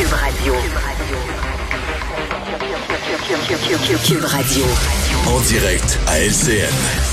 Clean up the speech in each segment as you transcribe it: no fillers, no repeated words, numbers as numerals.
Radio. Cube Radio. En direct à LCN.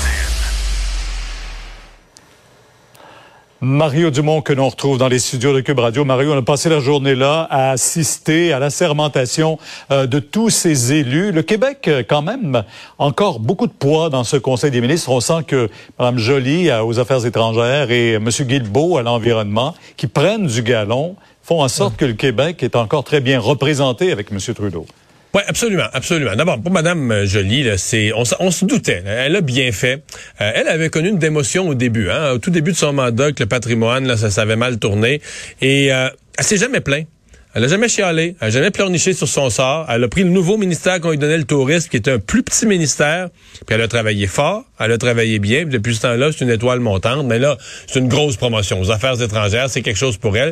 Mario Dumont que l'on retrouve dans les studios de Cube Radio. Mario, on a passé la journée là à assister à l'assermentation de tous ces élus. Le Québec, quand même, encore beaucoup de poids dans ce Conseil des ministres. On sent que Mme Joly aux Affaires étrangères et M. Guilbeault à l'environnement, qui prennent du galon, font en sorte que le Québec est encore très bien représenté avec M. Trudeau. Oui, absolument, absolument. D'abord, pour Mme Joly, là, on se doutait. Là, elle a bien fait. Elle avait connu une démotion au début, au tout début de son mandat, que le patrimoine, là, ça avait mal tourné. Et elle s'est jamais plainte. Elle a jamais chialé, elle a jamais pleurniché sur son sort. Elle a pris le nouveau ministère qu'on lui donnait, le tourisme, qui était un plus petit ministère. Puis elle a travaillé fort, elle a travaillé bien. Puis depuis ce temps-là, c'est une étoile montante. Mais là, c'est une grosse promotion. Aux affaires étrangères, c'est quelque chose pour elle.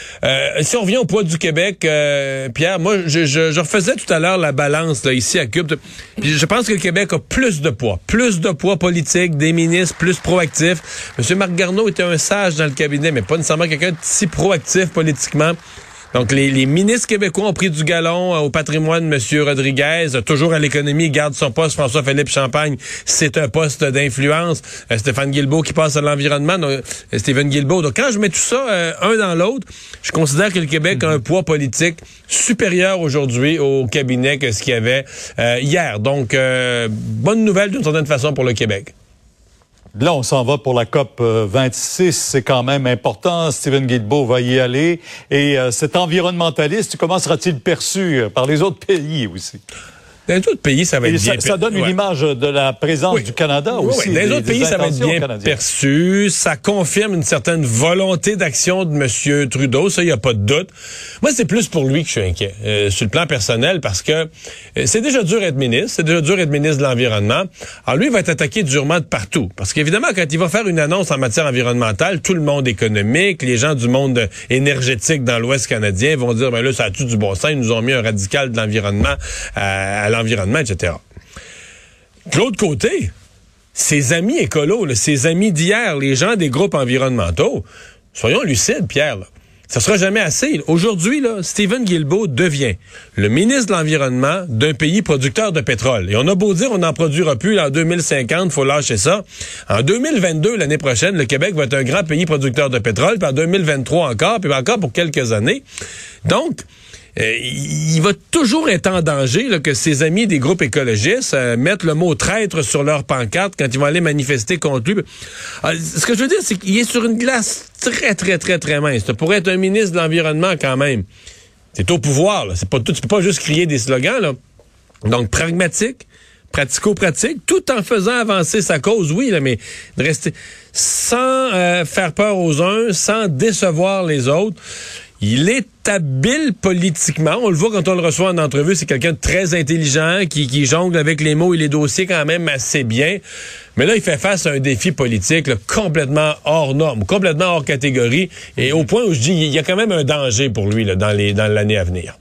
Si on revient au poids du Québec, Pierre, moi, je refaisais tout à l'heure la balance là ici à Cube. Puis je pense que le Québec a plus de poids politique, des ministres plus proactifs. M. Marc Garneau était un sage dans le cabinet, mais pas nécessairement quelqu'un de si proactif politiquement. Donc, les ministres québécois ont pris du galon au patrimoine de M. Rodriguez. Toujours à l'économie, garde son poste. François-Philippe Champagne, c'est un poste d'influence. Stéphane Guilbeault qui passe à l'environnement. Donc, Stephen Guilbeault. Donc, quand je mets tout ça un dans l'autre, je considère que le Québec a un poids politique supérieur aujourd'hui au cabinet que ce qu'il y avait hier. Donc, bonne nouvelle d'une certaine façon pour le Québec. Là, on s'en va pour la COP 26. C'est quand même important. Stephen Guilbeault va y aller. Et cet environnementaliste, comment sera-t-il perçu par les autres pays aussi? Dans les autres pays, ça va être bien. Ça donne une image de la présence du Canada aussi. Oui. Dans les autres pays, ça va être bien perçu. Ça confirme une certaine volonté d'action de M. Trudeau. Ça, il n'y a pas de doute. Moi, c'est plus pour lui que je suis inquiet, sur le plan personnel, parce que c'est déjà dur d'être ministre. C'est déjà dur d'être ministre de l'Environnement. Alors, lui, il va être attaqué durement de partout. Parce qu'évidemment, quand il va faire une annonce en matière environnementale, tout le monde économique, les gens du monde énergétique dans l'Ouest canadien vont dire, ben là, ça a-tu du bon sens? Ils nous ont mis un radical de l'environnement à l'environnement, etc. De l'autre côté, ses amis écolos, là, ses amis d'hier, les gens des groupes environnementaux, soyons lucides, Pierre, là, ça sera jamais assez. Aujourd'hui, là, Stephen Guilbeault devient le ministre de l'Environnement d'un pays producteur de pétrole. Et on a beau dire on n'en produira plus là, en 2050, faut lâcher ça. En 2022, l'année prochaine, le Québec va être un grand pays producteur de pétrole, puis en 2023 encore, puis encore pour quelques années. Donc, il va toujours être en danger là, que ses amis des groupes écologistes mettent le mot traître sur leur pancarte quand ils vont aller manifester contre lui. Ce que je veux dire, c'est qu'il est sur une glace très, très, très, très mince. Pour être un ministre de l'Environnement, quand même, c'est au pouvoir. Là. C'est pas tout, tu peux pas juste crier des slogans. Là. Donc, pragmatique, pratico-pratique, tout en faisant avancer sa cause, oui, là, mais de rester sans faire peur aux uns, sans décevoir les autres. Il est habile politiquement. On le voit quand on le reçoit en entrevue. C'est quelqu'un de très intelligent qui jongle avec les mots et les dossiers quand même assez bien. Mais là, il fait face à un défi politique là, complètement hors norme, complètement hors catégorie. Et au point où je dis, il y a quand même un danger pour lui là, dans l'année à venir.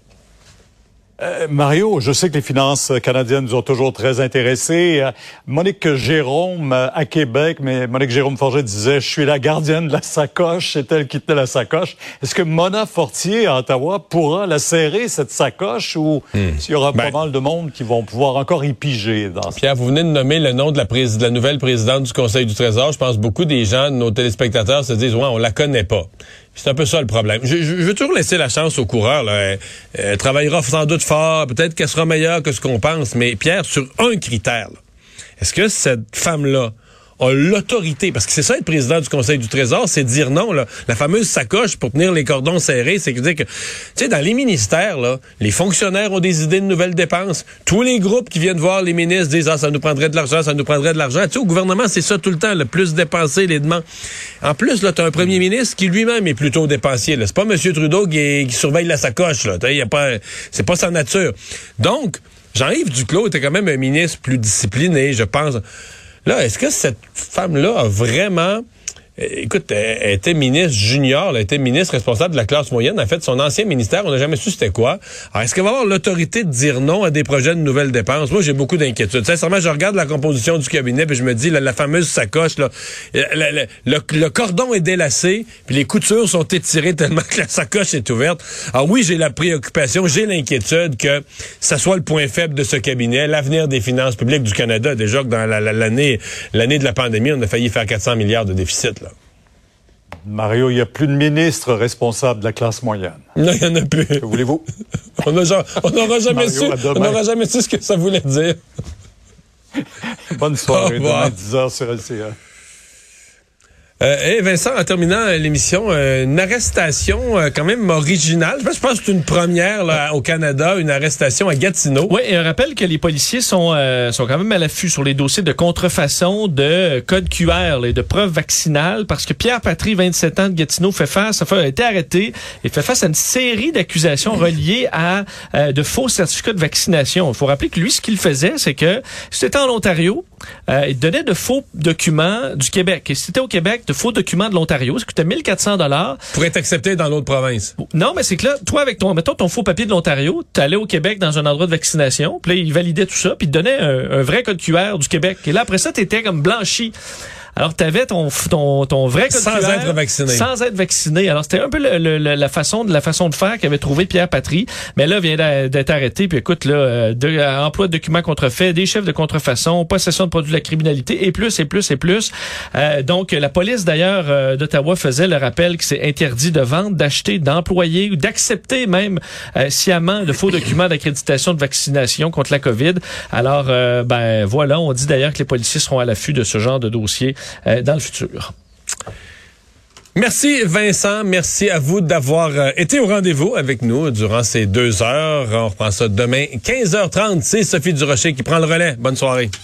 Mario, je sais que les finances canadiennes nous ont toujours très intéressés. Monique Jérôme à Québec, mais Monique Jérôme Forget disait « Je suis la gardienne de la sacoche », c'est elle qui tenait la sacoche. Est-ce que Mona Fortier à Ottawa pourra la serrer, cette sacoche, ou s'il y aura pas mal de monde qui vont pouvoir encore y piger dans Pierre, vous venez de nommer le nom de la nouvelle présidente du Conseil du Trésor. Je pense que beaucoup des gens, de nos téléspectateurs, se disent « Ouais, on la connaît pas ». C'est un peu ça le problème. Je veux toujours laisser la chance aux coureurs. Là. Elle travaillera sans doute fort, peut-être qu'elle sera meilleure que ce qu'on pense, mais Pierre, sur un critère, là, est-ce que cette femme-là a l'autorité, parce que c'est ça être président du Conseil du Trésor, c'est dire non, là. La fameuse sacoche pour tenir les cordons serrés, c'est dire que, tu sais, dans les ministères, là, les fonctionnaires ont des idées de nouvelles dépenses. Tous les groupes qui viennent voir les ministres disent, ça nous prendrait de l'argent, ça nous prendrait de l'argent. Tu sais, au gouvernement, c'est ça tout le temps, le plus dépenser les demandes. En plus, là, t'as un premier ministre qui lui-même est plutôt dépensier, là. C'est pas M. Trudeau qui surveille la sacoche, là. Y a pas, c'est pas sa nature. Donc, Jean-Yves Duclos était quand même un ministre plus discipliné, je pense. Là, est-ce que cette femme-là a vraiment écoute, elle était ministre junior, elle était ministre responsable de la classe moyenne. En fait, son ancien ministère, on n'a jamais su c'était quoi. Alors, est-ce qu'elle va avoir l'autorité de dire non à des projets de nouvelles dépenses? Moi, j'ai beaucoup d'inquiétudes. Sincèrement, je regarde la composition du cabinet puis je me dis, la fameuse sacoche, là, le cordon est délacé puis les coutures sont étirées tellement que la sacoche est ouverte. Alors oui, j'ai la préoccupation, j'ai l'inquiétude que ça soit le point faible de ce cabinet, l'avenir des finances publiques du Canada. Déjà que dans l'année de la pandémie, on a failli faire 400 milliards de déficit, là. Mario, il n'y a plus de ministre responsable de la classe moyenne. Non, il n'y en a plus. Que voulez-vous? On n'aura jamais su ce que ça voulait dire. Bonne soirée, demain 10h sur LCA. Vincent, en terminant l'émission, une arrestation quand même originale. Je pense que c'est une première là, au Canada, une arrestation à Gatineau. Oui, et un rappel que les policiers sont quand même à l'affût sur les dossiers de contrefaçon de code QR et de preuves vaccinales parce que Pierre Patry, 27 ans de Gatineau, a été arrêté et fait face à une série d'accusations reliées à de faux certificats de vaccination. Il faut rappeler que lui, ce qu'il faisait, c'est que c'était en Ontario, il donnait de faux documents du Québec. Et c'était au Québec, de faux documents de l'Ontario. Ça coûtait 1400 $. Pour être accepté dans l'autre province. Non, mais c'est que là, toi, avec ton faux papier de l'Ontario, t'allais au Québec dans un endroit de vaccination, puis là, il validait tout ça, puis il te donnait un vrai code QR du Québec. Et là, après ça, t'étais comme blanchi. Alors, t'avais ton vrai code QR. Sans être vacciné. Sans être vacciné. Alors, c'était un peu la façon de faire qu'avait trouvé Pierre Patry. Mais là, vient d'être arrêté. Puis écoute, là, emploi de documents contrefaits, des chefs de contrefaçon, possession de produits de la criminalité, et plus. Donc, la police, d'ailleurs, d'Ottawa faisait le rappel que c'est interdit de vendre, d'acheter, d'employer ou d'accepter même sciemment de faux documents d'accréditation de vaccination contre la COVID. Alors, voilà, on dit d'ailleurs que les policiers seront à l'affût de ce genre de dossier dans le futur. Merci Vincent, merci à vous d'avoir été au rendez-vous avec nous durant ces 2 heures. On reprend ça demain 15h30. C'est Sophie Durocher qui prend le relais. Bonne soirée.